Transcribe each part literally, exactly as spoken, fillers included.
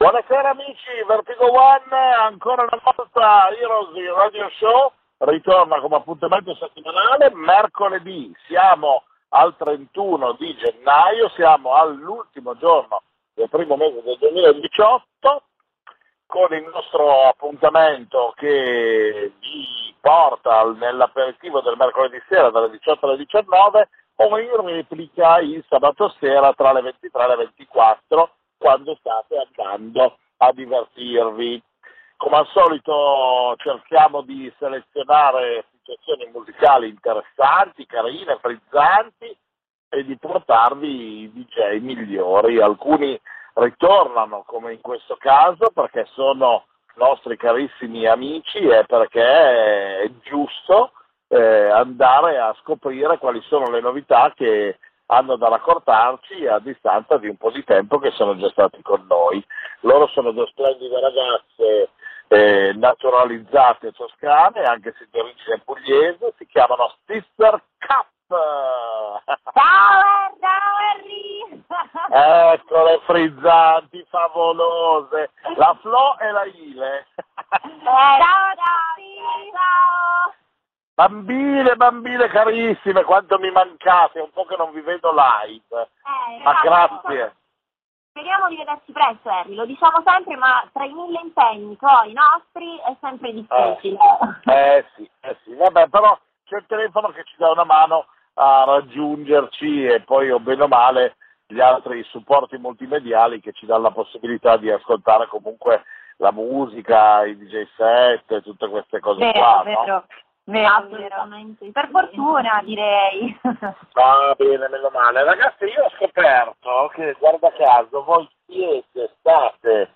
Buonasera amici, Vertigo One, ancora una volta Heroes il Radio Show, ritorna come appuntamento settimanale, mercoledì, siamo al trentuno di gennaio, siamo all'ultimo giorno del primo mese del duemiladiciotto, con il nostro appuntamento che vi porta nell'aperitivo del mercoledì sera dalle diciotto alle diciannove o in replica il sabato sera tra le ventitré e le ventiquattro, quando state andando a divertirvi. Come al solito cerchiamo di selezionare situazioni musicali interessanti, carine, frizzanti e di portarvi i D J migliori. Alcuni ritornano, come in questo caso, perché sono nostri carissimi amici e perché è giusto eh, andare a scoprire quali sono le novità che hanno da raccontarci a distanza di un po' di tempo che sono già stati con noi. Loro sono due splendide ragazze eh, naturalizzate toscane, anche se di origine pugliese, si chiamano Sister Cup. Ciao, ciao Henry! Eccole, frizzanti, favolose, la Flo e la Ile. Ciao, ciao! Ciao! Bambine, bambine carissime, quanto mi mancate, è un po' che non vi vedo live, Eh, ma grazie. Speriamo di vederci presto, Henry, lo diciamo sempre, ma tra i mille impegni tuoi, nostri, è sempre difficile. Eh, eh sì, eh sì, vabbè, però c'è il telefono che ci dà una mano a raggiungerci e poi o bene o male gli altri supporti multimediali che ci danno la possibilità di ascoltare comunque la musica, i D J set, tutte queste cose Vero, qua, vero. no? Vero, assolutamente. Per fortuna, direi. Va bene, meno male. Ragazzi, io ho scoperto che, guarda caso, voi siete state,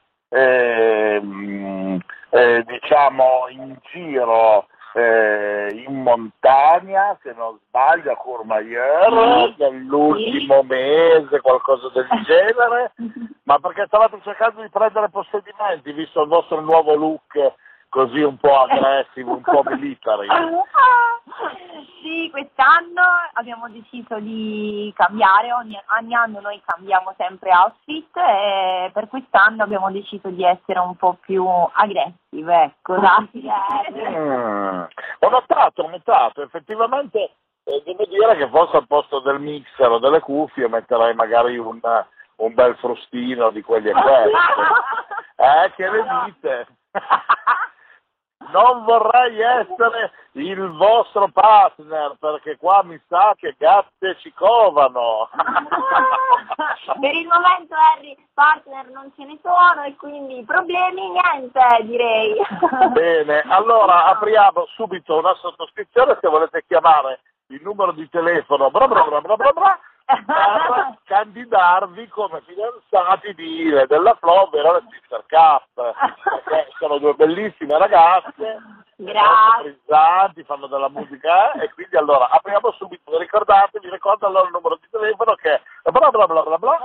ehm, eh, diciamo, in giro eh, in montagna, se non sbaglio, a Courmayeur, nell'ultimo mese, qualcosa del genere, ma perché stavate cercando di prendere possedimenti, visto il vostro nuovo look così un po' aggressivo, un po' military. Sì, quest'anno abbiamo deciso di cambiare, ogni, ogni anno noi cambiamo sempre outfit e per quest'anno abbiamo deciso di essere un po' più aggressive, ecco, dai. Mm. Ho notato, ho notato, effettivamente eh, devo dire che forse al posto del mixer o delle cuffie metterei magari un, un bel frustino di quelli e quelli. Eh, che le dite? Non vorrei essere il vostro partner, perché qua mi sa che gatte ci covano. Per il momento, Harry, partner non ce ne sono e quindi problemi niente, direi. Bene, allora apriamo subito una sottoscrizione se volete chiamare il numero di telefono bla bla bla bla bla bla per candidarvi come fidanzati di Ile della Flo, ovvero le Sister Cup, perché sono due bellissime ragazze, molto frizzanti, fanno della musica e quindi allora apriamo subito, ricordatevi, ricordo allora il numero di telefono che è bla bla bla bla bla.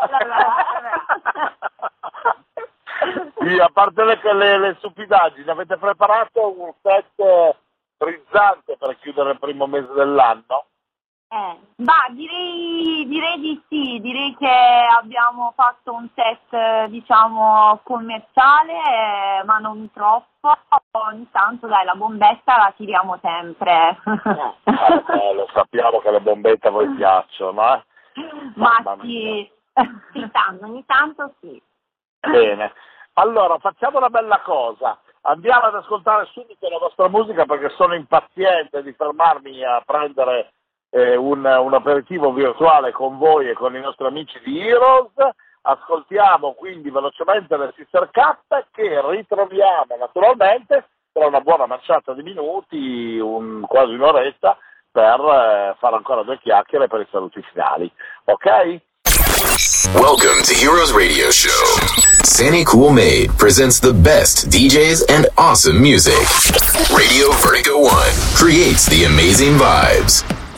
Sì, a parte le, le, le stupidaggini, avete preparato un set frizzante per chiudere il primo mese dell'anno? Eh, bah, direi, direi di sì, direi che abbiamo fatto un set, diciamo, commerciale, eh, ma non troppo, ogni tanto dai, la bombetta la tiriamo sempre. Eh, lo sappiamo che le bombette a voi piacciono, eh? Ma sì, ogni tanto, ogni tanto sì. Bene, allora facciamo una bella cosa, andiamo ad ascoltare subito la vostra musica perché sono impaziente di fermarmi a prendere Eh, un, un aperitivo virtuale con voi e con i nostri amici di Heroes. Ascoltiamo quindi velocemente le Sister Cup che ritroviamo naturalmente tra una buona manciata di minuti, un, quasi un'oretta, per eh, fare ancora due chiacchiere per i saluti finali. Ok? Welcome to Heroes Radio Show. Sandy Cool Made presents the best D Js and awesome music. Radio Vertigo One creates the amazing vibes.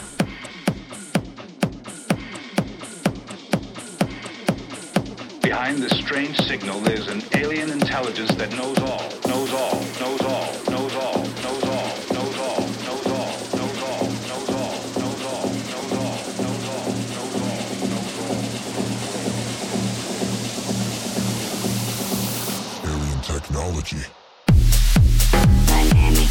Behind this strange signal, there's an alien intelligence that knows all, knows all, knows all, knows all, knows all, knows all, knows all, knows all, knows all, knows all, knows all, knows all, knows all, knows all. technology. Dynamic.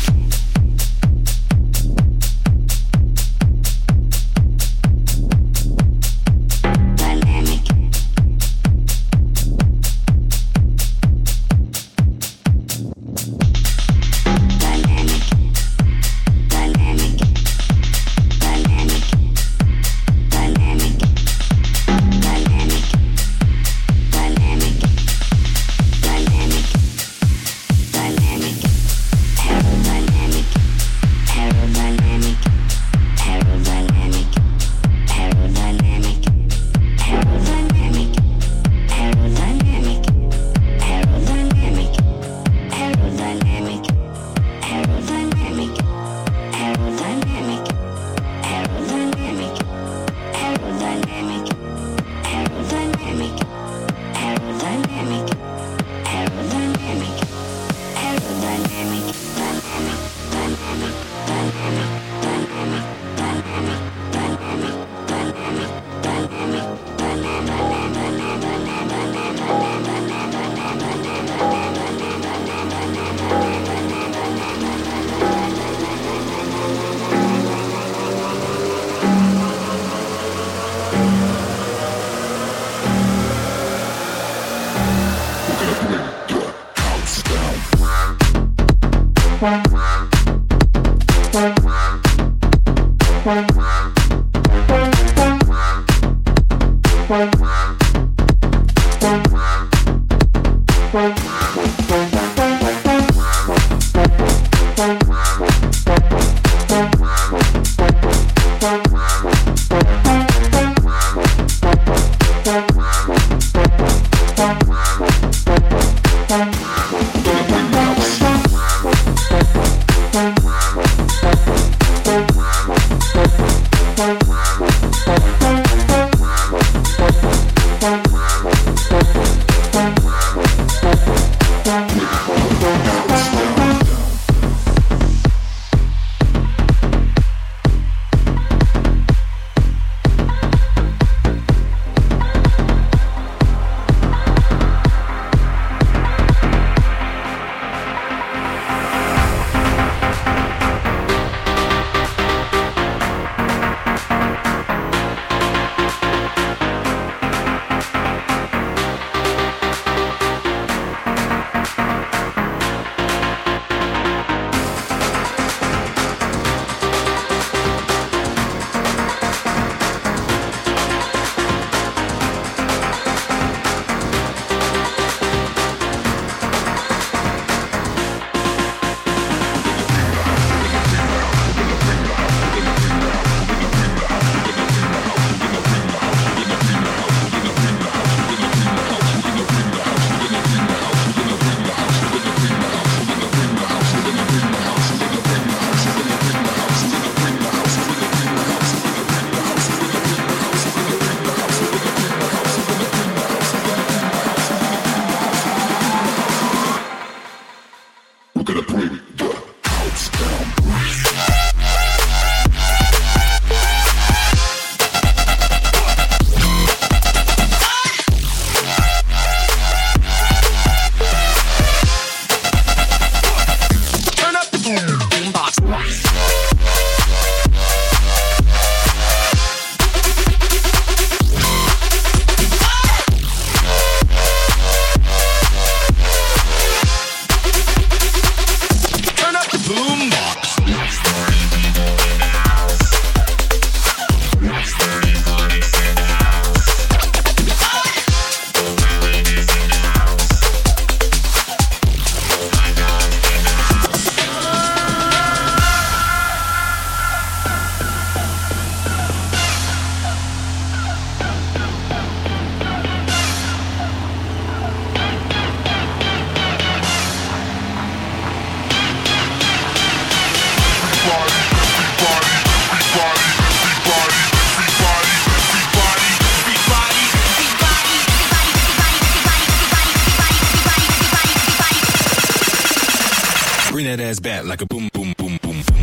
Bring that ass back like a boom, boom, boom, boom, boom.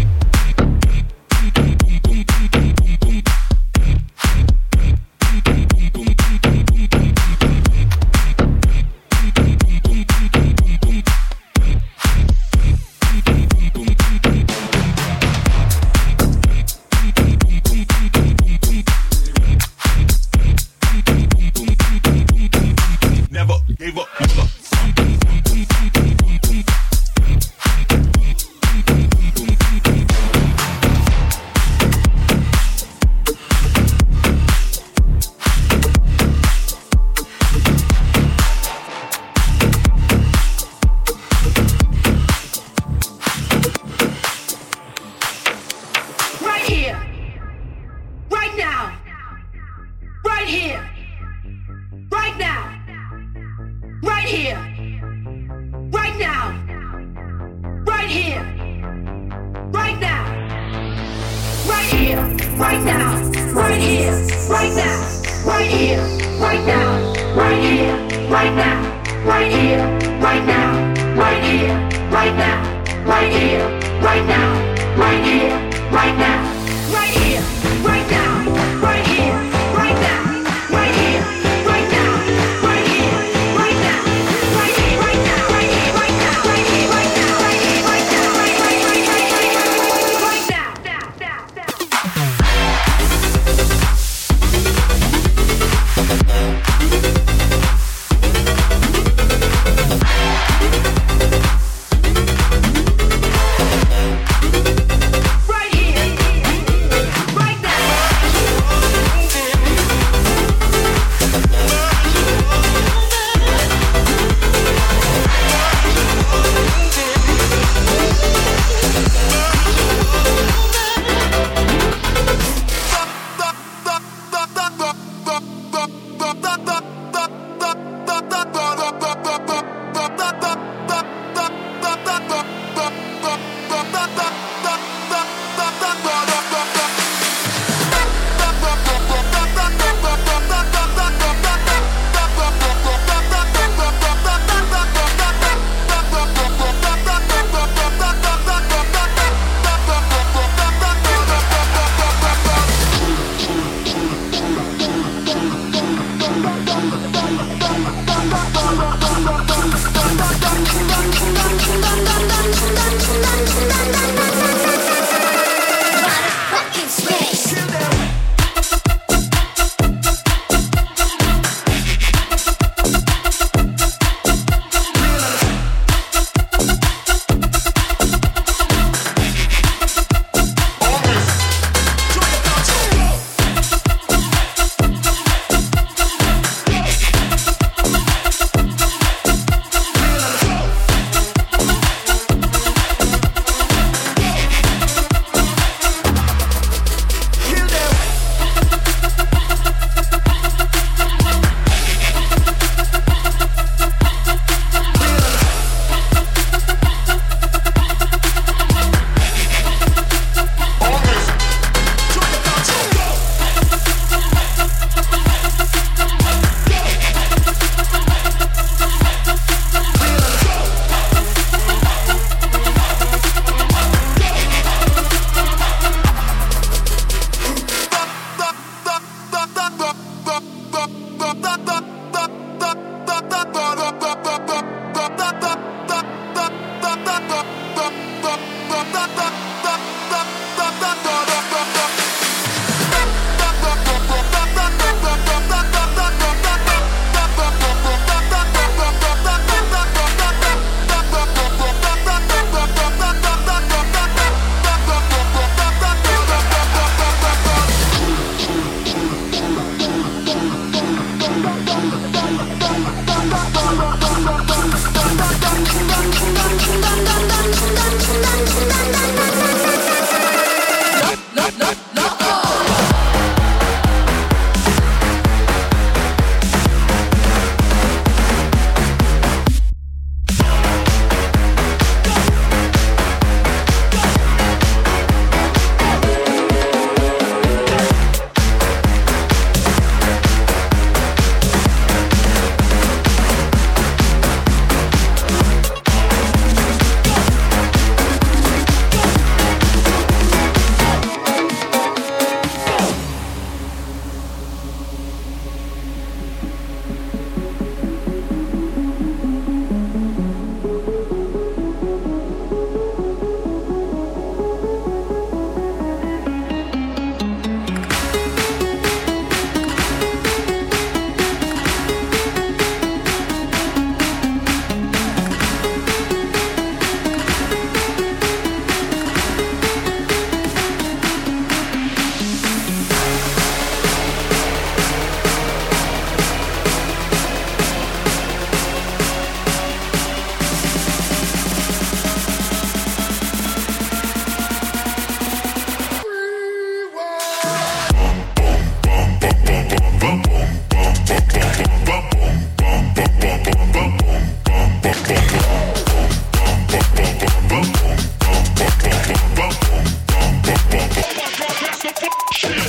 right now, right here, right now, right here, right now, right here, right now, right here, right now, right here, right now, right here, right now, right here, right now, right here, right now, right here, right now, right here, right now, right here, right now, right here, right now, right here, right now, right here, right now, right here, right now, right here, right now, right now, Shit.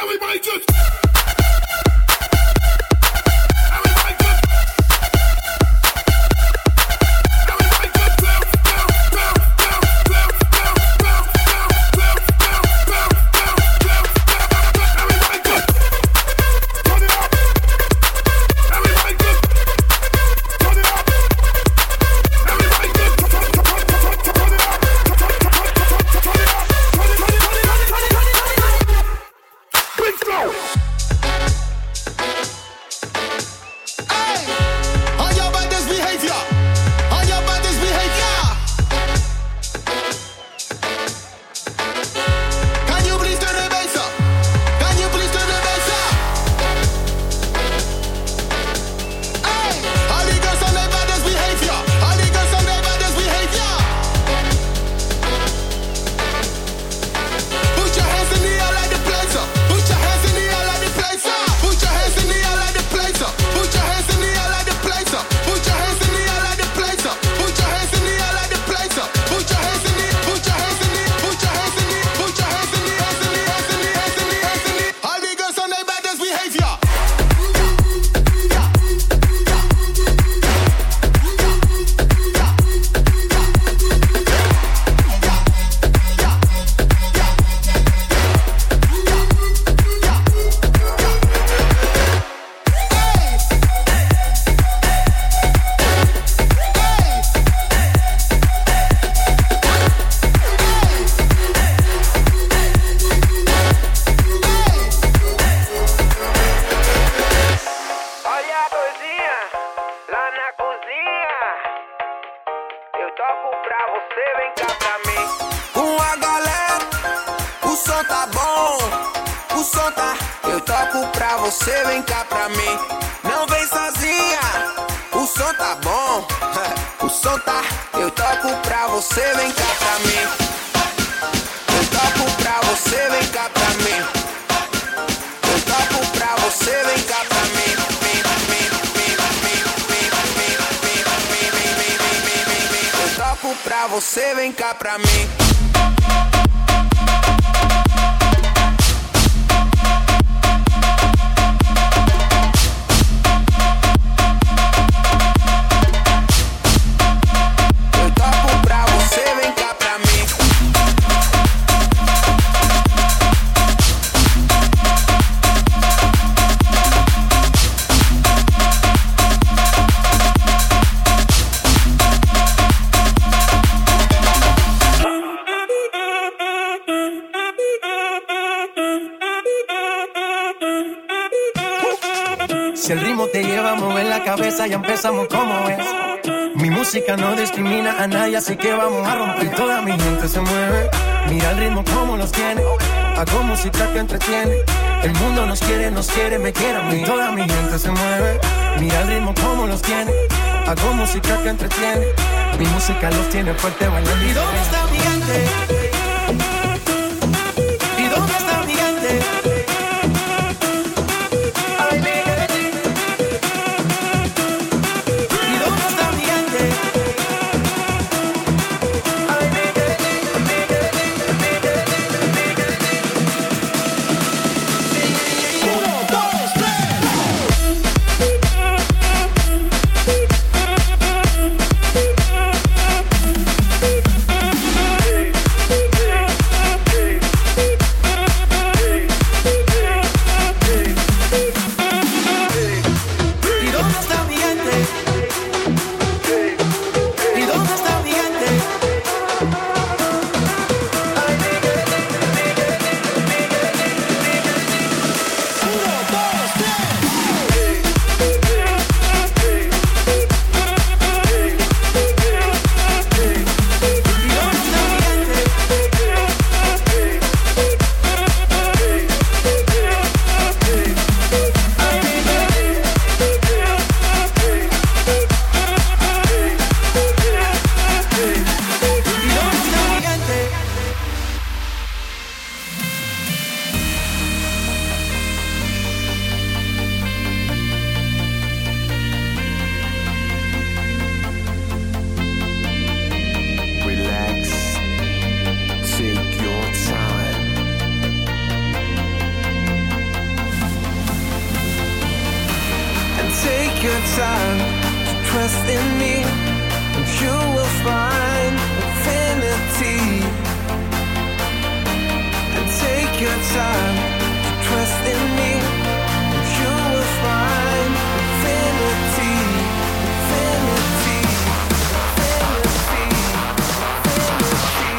Everybody just você, vem cá pra mim. Eu toco pra você, vem cá pra mim. Si el ritmo te lleva a mover la cabeza, ya empezamos como es. Mi música no discrimina a nadie, así que vamos a romper. Toda mi gente se mueve, mira el ritmo como los tiene. Hago música que entretiene. El mundo nos quiere, nos quiere, me quiere a mí. Toda mi gente se mueve, mira el ritmo como los tiene. Hago música que entretiene. Mi música los tiene fuerte bailando. ¿Y dónde está mi gente? ¿Y dónde está mi gente? Yeah. your time to trust in me, and you will find infinity. And take your time to trust in me, and you will find infinity, infinity, infinity, infinity, infinity.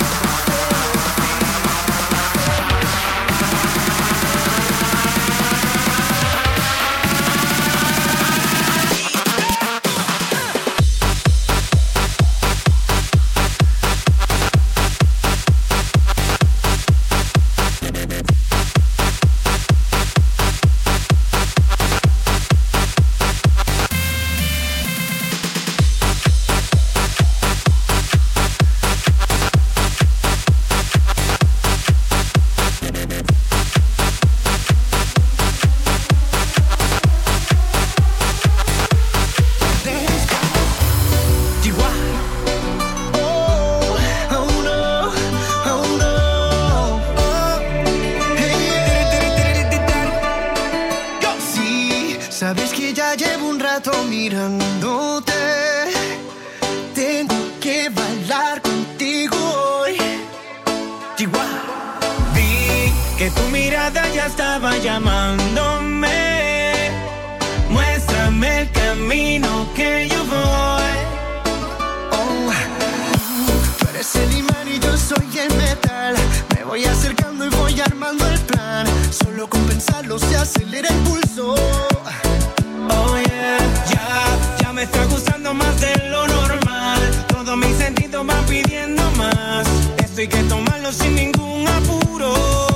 Sabes que ya llevo un rato mirándote. Tengo que bailar contigo hoy. Chihuahua. Vi que tu mirada ya estaba llamándome. Muéstrame el camino que yo voy. Oh, tú eres el imán y yo soy el metal. Me voy acercando y voy armando el plan. Solo con pensarlo se acelera el pulso. Oh yeah, ya, ya me está gustando más de lo normal. Todos mis sentidos van pidiendo más. Esto hay que tomarlo sin ningún apuro.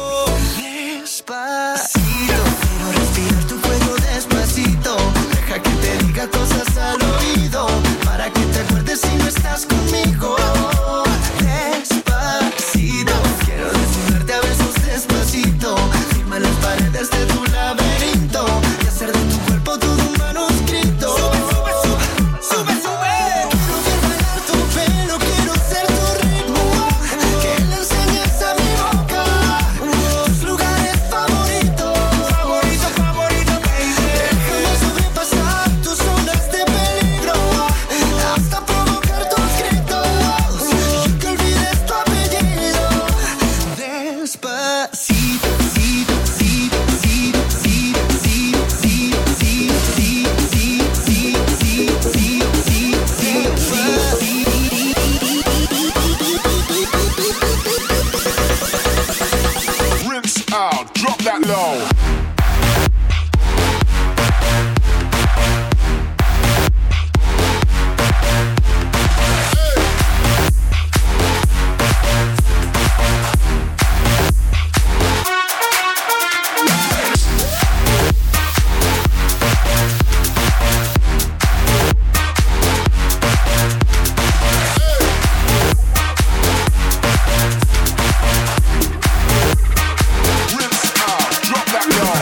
Despacito, quiero respirar tu fuego despacito. Deja que te diga cosas al oído, para que te acuerdes si no estás conmigo. Despacito, quiero desnudarte a besos despacito. Firma las paredes de tu laberinto y hacer de tu cuerpo todo un manuscrito. Sube, sube, sube, sube, sube. Quiero ver bailar tu pelo, quiero ser tu ritmo. Que le enseñes a mi boca tus lugares favoritos. Favorito, favorito, baby. Déjame sobrepasar tus zonas de peligro, hasta provocar tus gritos y que olvides tu apellido. Despacito, cito, cito, cito, cito, cito, cito, Rinse out, drop that low. Rinse out, drop that low.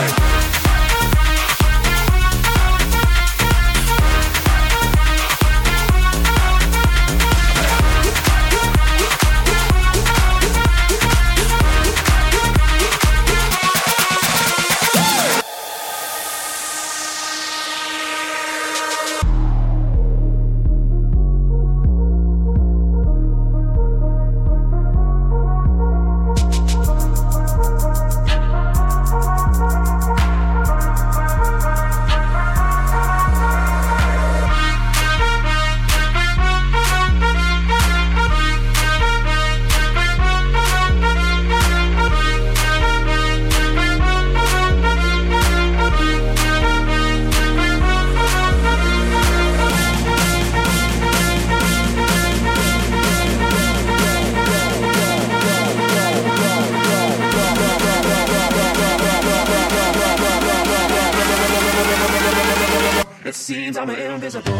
It seems I'm invisible.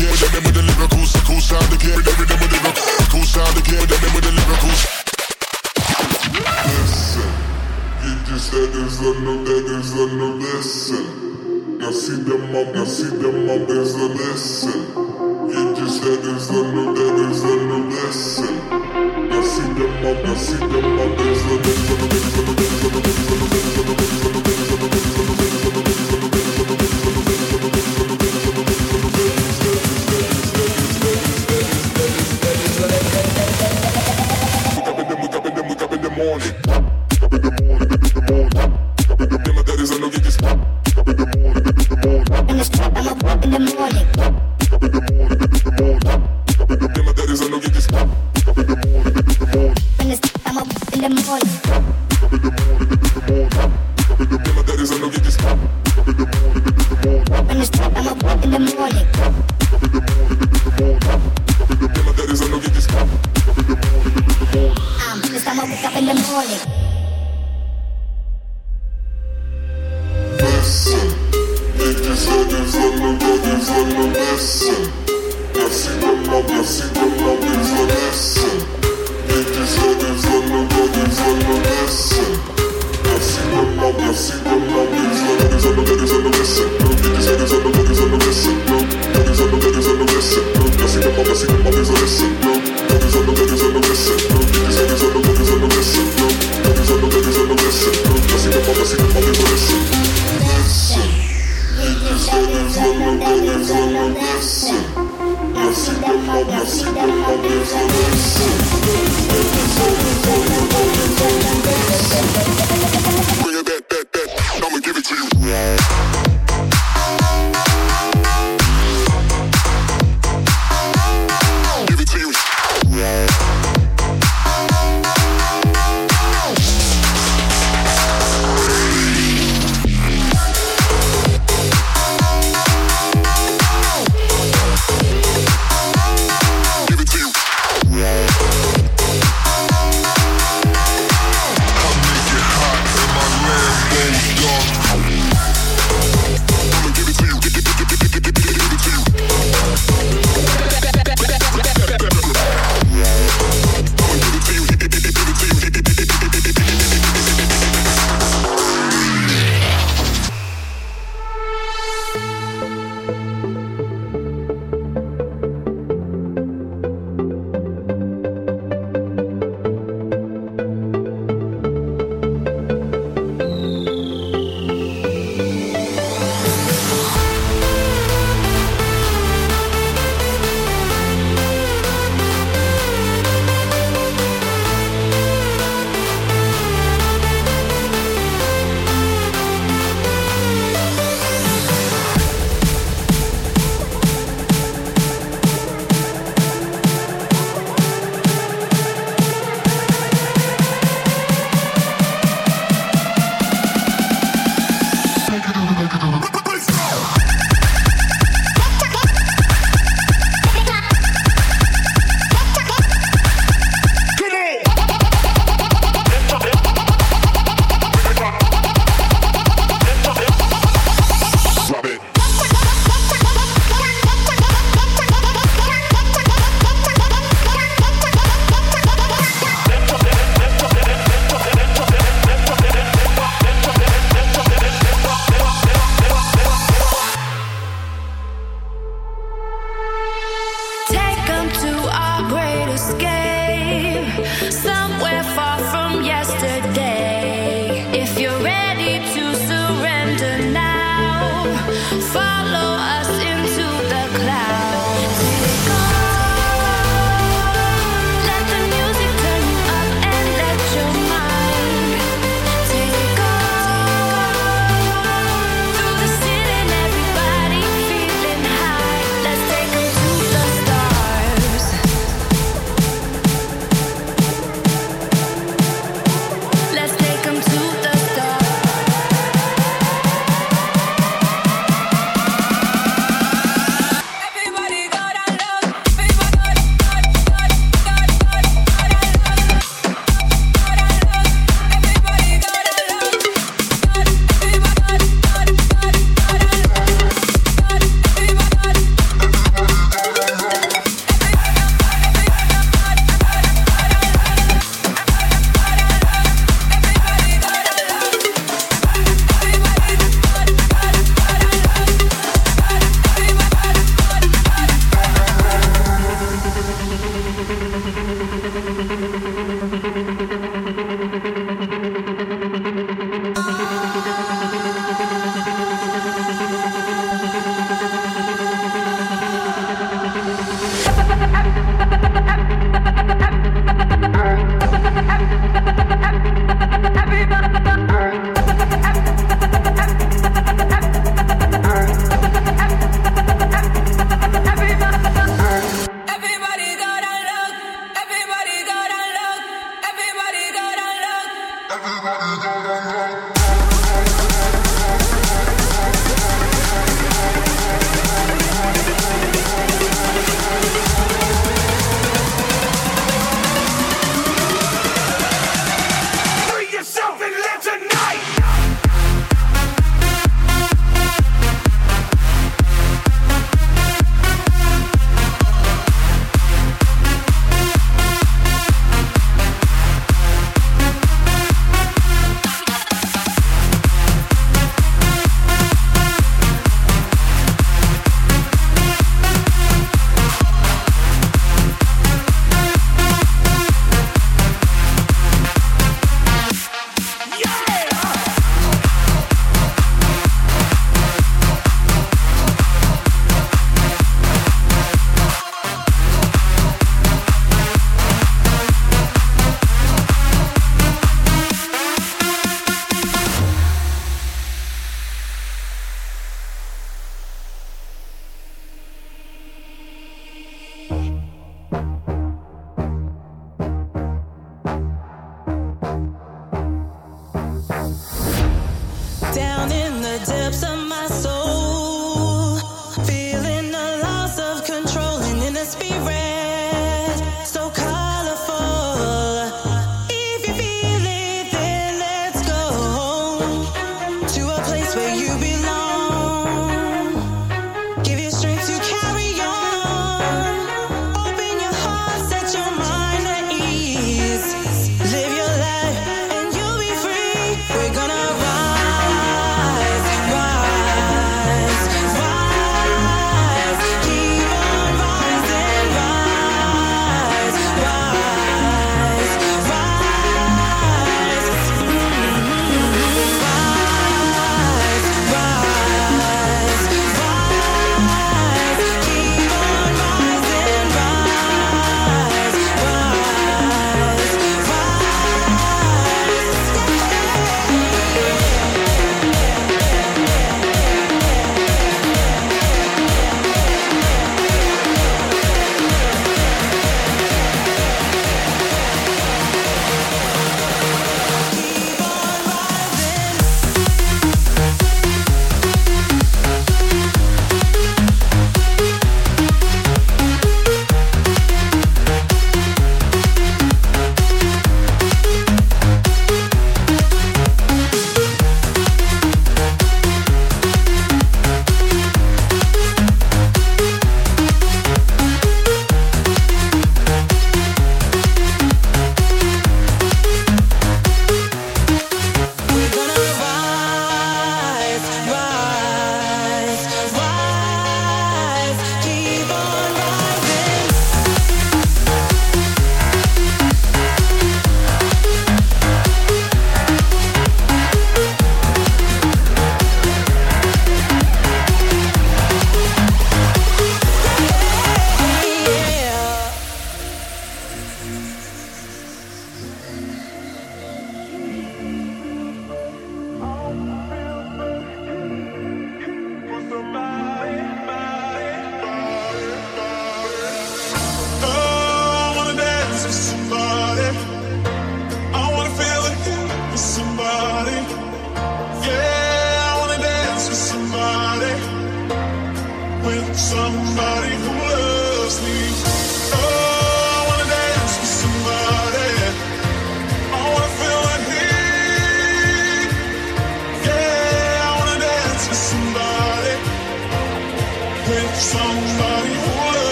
again, and then with the lyrical, cool sound again, and then with the lyrical, cool sound again, and then with the lyrical. Listen, you just that is a no, that is a no, listen. Now see them up, now see them up, there's a listen. You just that is a no, that is a no, listen. Now see them up, now see them up, there's a listen. Morning, up in the morning, up in the morning, up in the morning, that is a no get this up in the morning, up in the morning, in the strap, I'm up in the morning, up in the morning, up in the morning, up in the morning, that is a no get this up in the morning, up in the morning, in the strap, I'm up in the morning, up in the morning, up in the morning, up in the morning, that is a no get this up in the morning, up in the morning, in the strap, I'm up in the morning, up in the morning, up in the morning, up in the morning, that is a no get this up in the morning, up in the morning. I'ma wake up in the morning. Listen, it is it is on the it is on the listen. I see them up, I see them up, it's a listen. It is it is on the it is on the listen. I see them up, I see them up, it's a it is on the it is on the listen. It is it is on the it is on the listen. It is on the it is on the listen. I see them up, I see them up, it's a listen. It is on the it is on the listen. It is it is on the it is on the listen. It is on the it is on the listen. I see them up, I see them up, it's a listen. Listen. It is it is on the it is on the listen. I see them up, I see them up,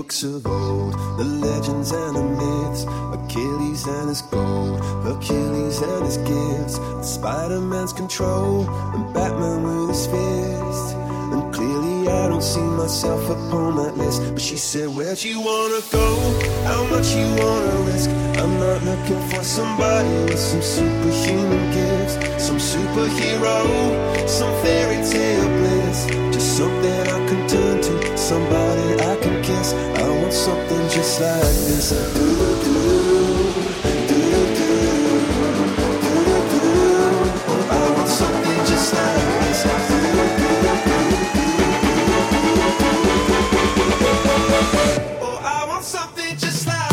books of old, the legends and the myths, Achilles and his gold, Hercules and his gifts, and Spider-Man's control, and Batman with his fist. And clearly I don't see myself upon that list. But she said, where'd you wanna go? How much you wanna risk? I'm not looking for somebody with some superhuman gifts, some superhero, some fairy tale bliss. Just something I can turn to, somebody I can kiss. I want something just like this. Do-do-do, do-do-do, do-do-do. I want something just like this. Do-do-do. Oh, I want something just like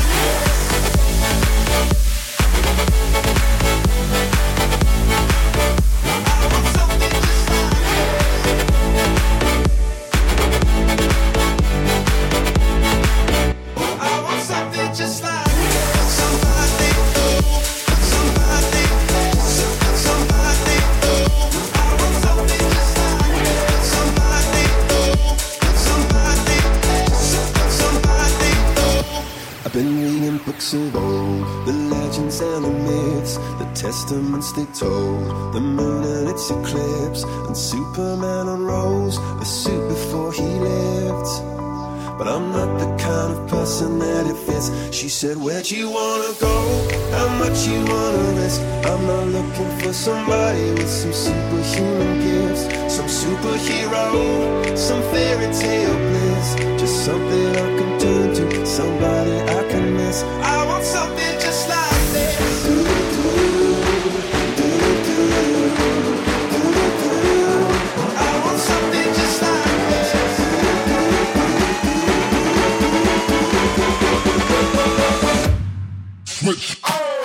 of old, the legends and the myths, the testaments they told, the moon and its eclipse, and Superman unrolls a suit before he lived. But I'm not the kind of person that it fits. She said, where'd you wanna go? How much you wanna risk? I'm not looking for somebody with some superhuman gifts, some superhero, some fairy tale bliss. Just something I can turn to, somebody I can miss. I want something just like this. Do-do-do, do-do-do, do-do-do. I want something just like this. Switch.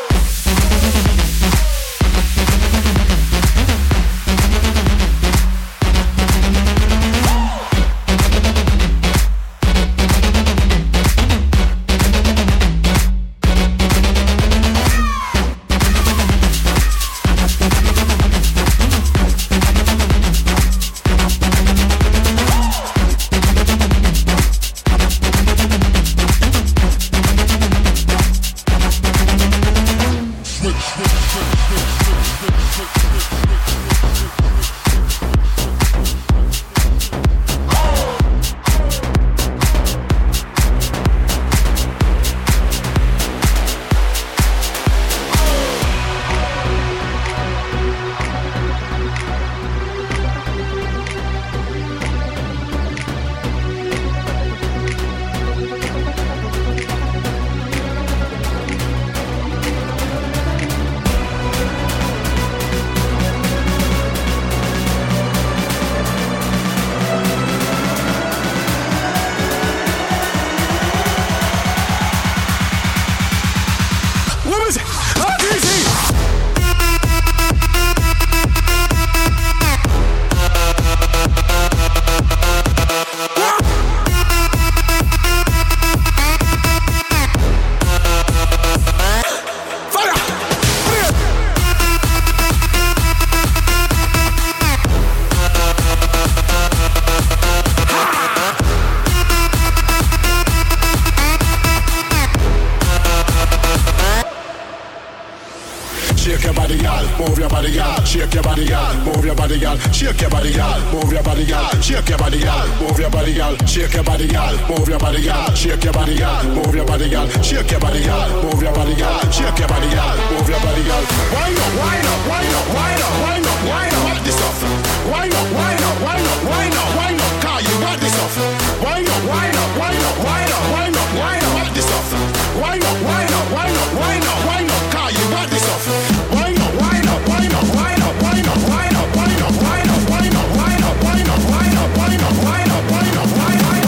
Shake your body, girl. Move your body, girl. Shake your body, girl. Move your body, girl. Shake your body, girl. Move your body, girl. Shake your body, girl. Move your body, girl. Shake your body, girl. Move your body, girl. Shake your body, girl. Move your body, girl. Shake your body, girl. Move your body, girl. Wind up, wind up, wind up, wind up, wind up, wind up. What this stuff? Wind up, wind up, wind up, wind up, wind up. Car, you got this stuff. Wind up, wind up, wind up, wind up, wind up, wind up. What this stuff? Wind up, wind up, wind up, wind up, wind up. Car, you got this stuff. Wind up, wind up, wind up, wind up, wind up, wind up, wind up, wind up, wind up, wind up, wind up, wind up, wind up, wind up, wind up, wind up.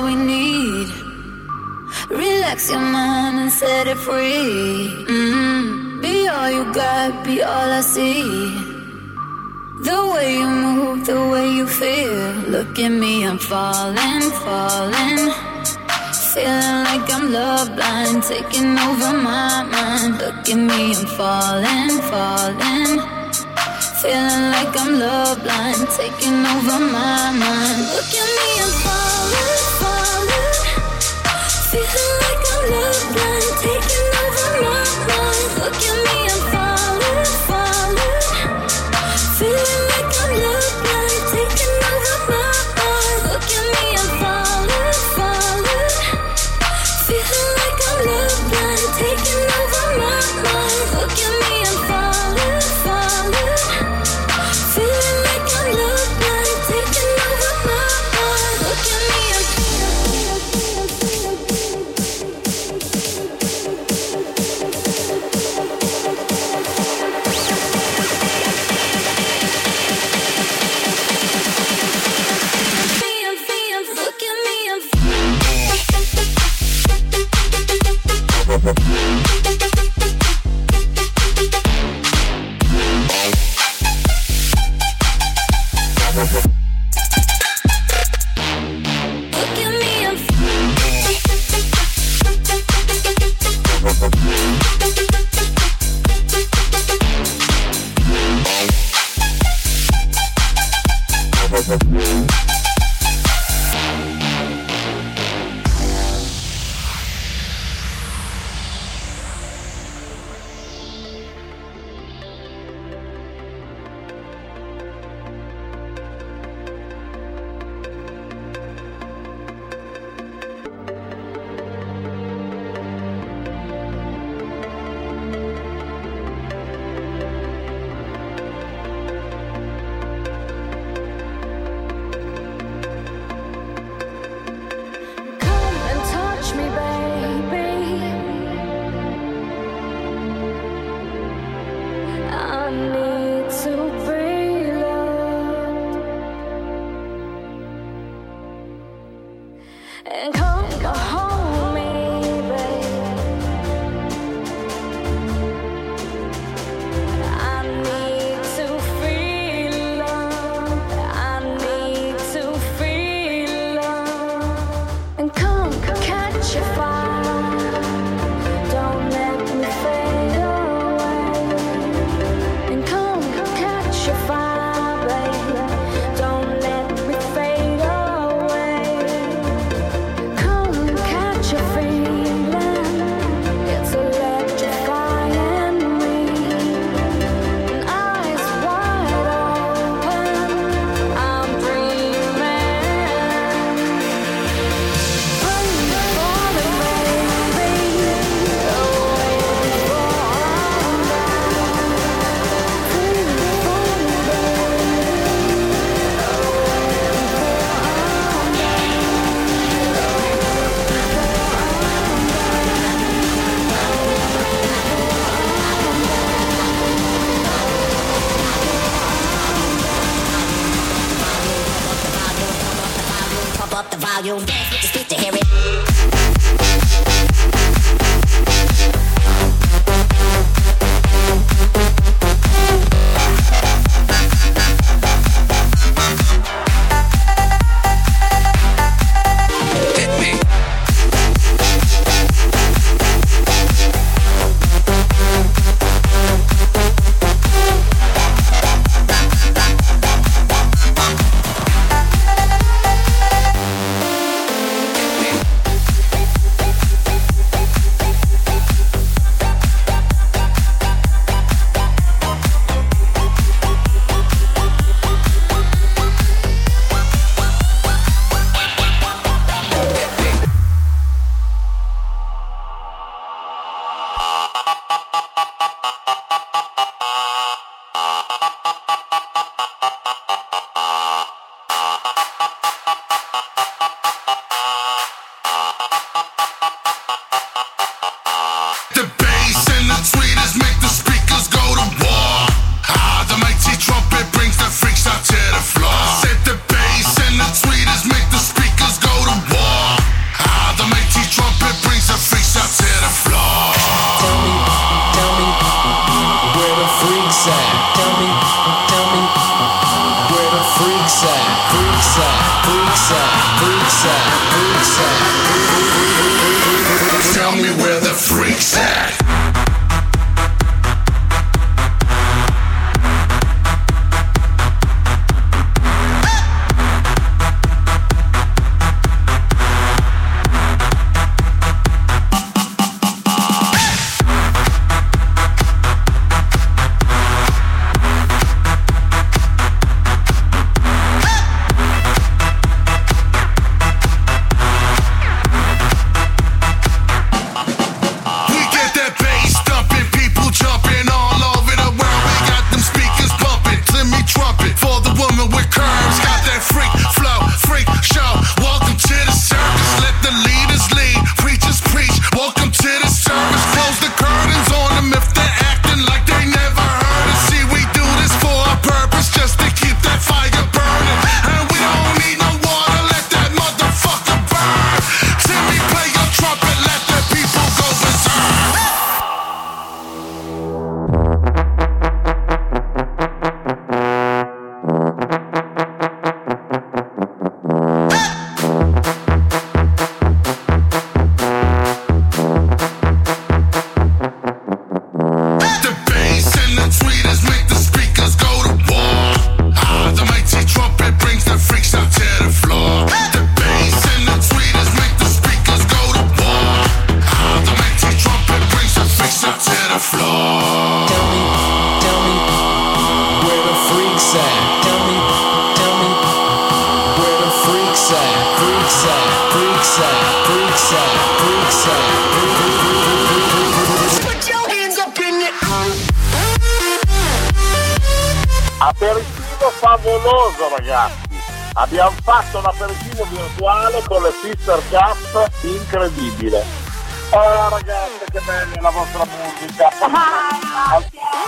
all we need. Relax your mind and set it free. Mm-hmm. Be all you got, be all I see. The way you move, the way you feel. Look at me, I'm falling, falling. Feeling like I'm love blind, taking over my mind. Look at me, I'm falling, falling. Feeling like I'm love blind, taking over my mind. Look at me, I'm falling, falling. Feeling like I'm love blind, taking over my mind. Look at me, I'm falling, falling. Feeling like I'm love blind, taking over my mind. Look at me, I'm falling, falling. Feeling like I'm love blind, taking over my mind. Look at me, I'm falling, falling. Feeling like I'm love blind, taking over my mind. Look at me, I'm volume, dance with the street to hear it. freaks at? Aperitivo favoloso, ragazzi. Abbiamo fatto un aperitivo virtuale con le Sister Cup, incredibile. Oh ragazzi, che bella la vostra musica. Al,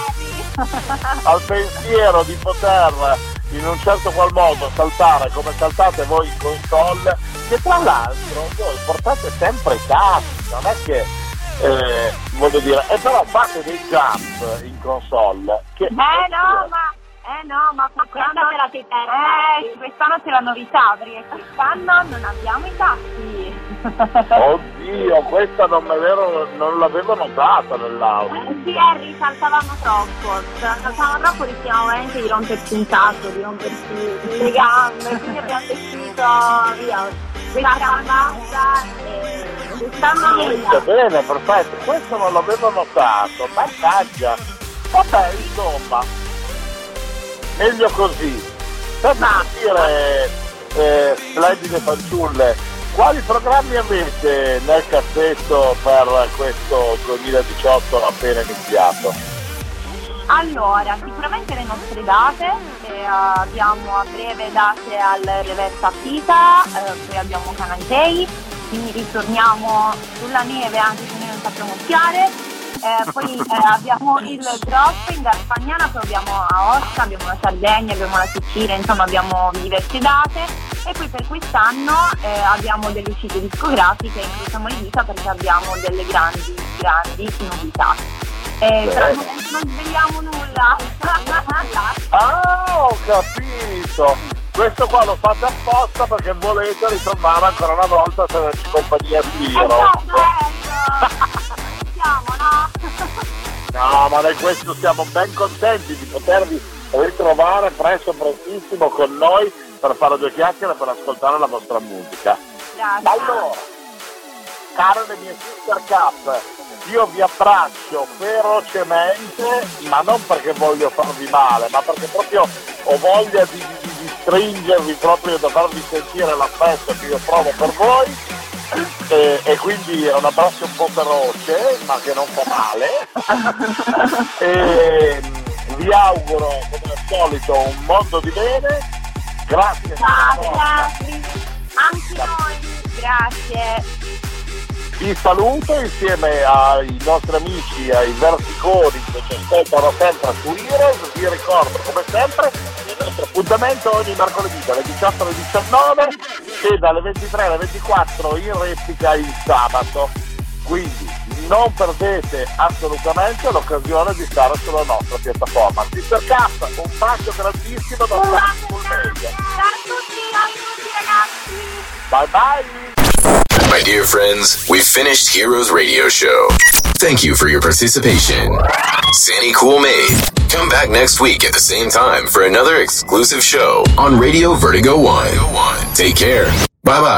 al pensiero di poter in un certo qual modo saltare come saltate voi in console, che tra l'altro voi portate sempre i cazzi, non è che eh, voglio dire, e però fate dei jump in console che eh no ma Eh no, ma quest'anno te la sei persa. Eh, quest'anno c'è la novità, perché quest'anno non abbiamo i tasti. Oddio, questa non, me l'ero, non l'avevo notata nell'audio. Eh, sì, Harry, saltavamo troppo. Saltavamo troppo, rischiamo veramente di romperci un tasto, di romperci le gambe, quindi abbiamo deciso via. Questa basta e quest'anno nulla. Bene, perfetto, questo non l'avevo notato, mannaggia. Vabbè, insomma. Meglio così. Per dire, eh, splendide fanciulle, quali programmi avete nel cassetto per questo duemiladiciotto appena iniziato? Allora, sicuramente le nostre date, eh, abbiamo a breve date al Reversa Pita, eh, poi abbiamo Canantei, quindi ritorniamo sulla neve anche se noi non sappiamo sciare. Eh, poi eh, abbiamo il drop in Garfagnana, poi abbiamo a Osca, abbiamo la Sardegna, abbiamo la Sicilia, insomma abbiamo diverse date e poi per quest'anno eh, abbiamo delle uscite discografiche, incrociamo le dita perché abbiamo delle grandi, grandi novità. Eh, però non, non svegliamo nulla. Ah, ho capito! Questo qua lo fate apposta perché volete ritornare ancora una volta a tenerci compagnia di Hero. No? No, ma noi questo siamo ben contenti di potervi ritrovare presto prestissimo con noi per fare due chiacchiere, per ascoltare la vostra musica. Grazie. Allora, care le mie Sister Cup, io vi abbraccio ferocemente, ma non perché voglio farvi male, ma perché proprio ho voglia di, di, di stringervi, proprio da farvi sentire l'affetto che io provo per voi. E, e quindi è un abbraccio un po' feroce ma che non fa male e vi auguro come al solito un mondo di bene. Grazie, grazie anche noi, grazie. Vi saluto insieme ai nostri amici, ai Verticoni che ci ascoltano sempre su Heroes. Vi ricordo come sempre il nostro appuntamento ogni mercoledì dalle diciotto alle diciannove e dalle ventitré alle ventiquattro in replica il sabato, quindi non perdete assolutamente l'occasione di stare sulla nostra piattaforma. Sister Cup, un bacio grandissimo da Full Media. Ciao a tutti, a tutti ragazzi. Bye bye. Are My dear friends, we've finished Heroes Radio Show. Thank you for your participation. Sandy Cool Made. Come back next week at the same time for another exclusive show on Radio Vertigo One. Take care. Bye bye.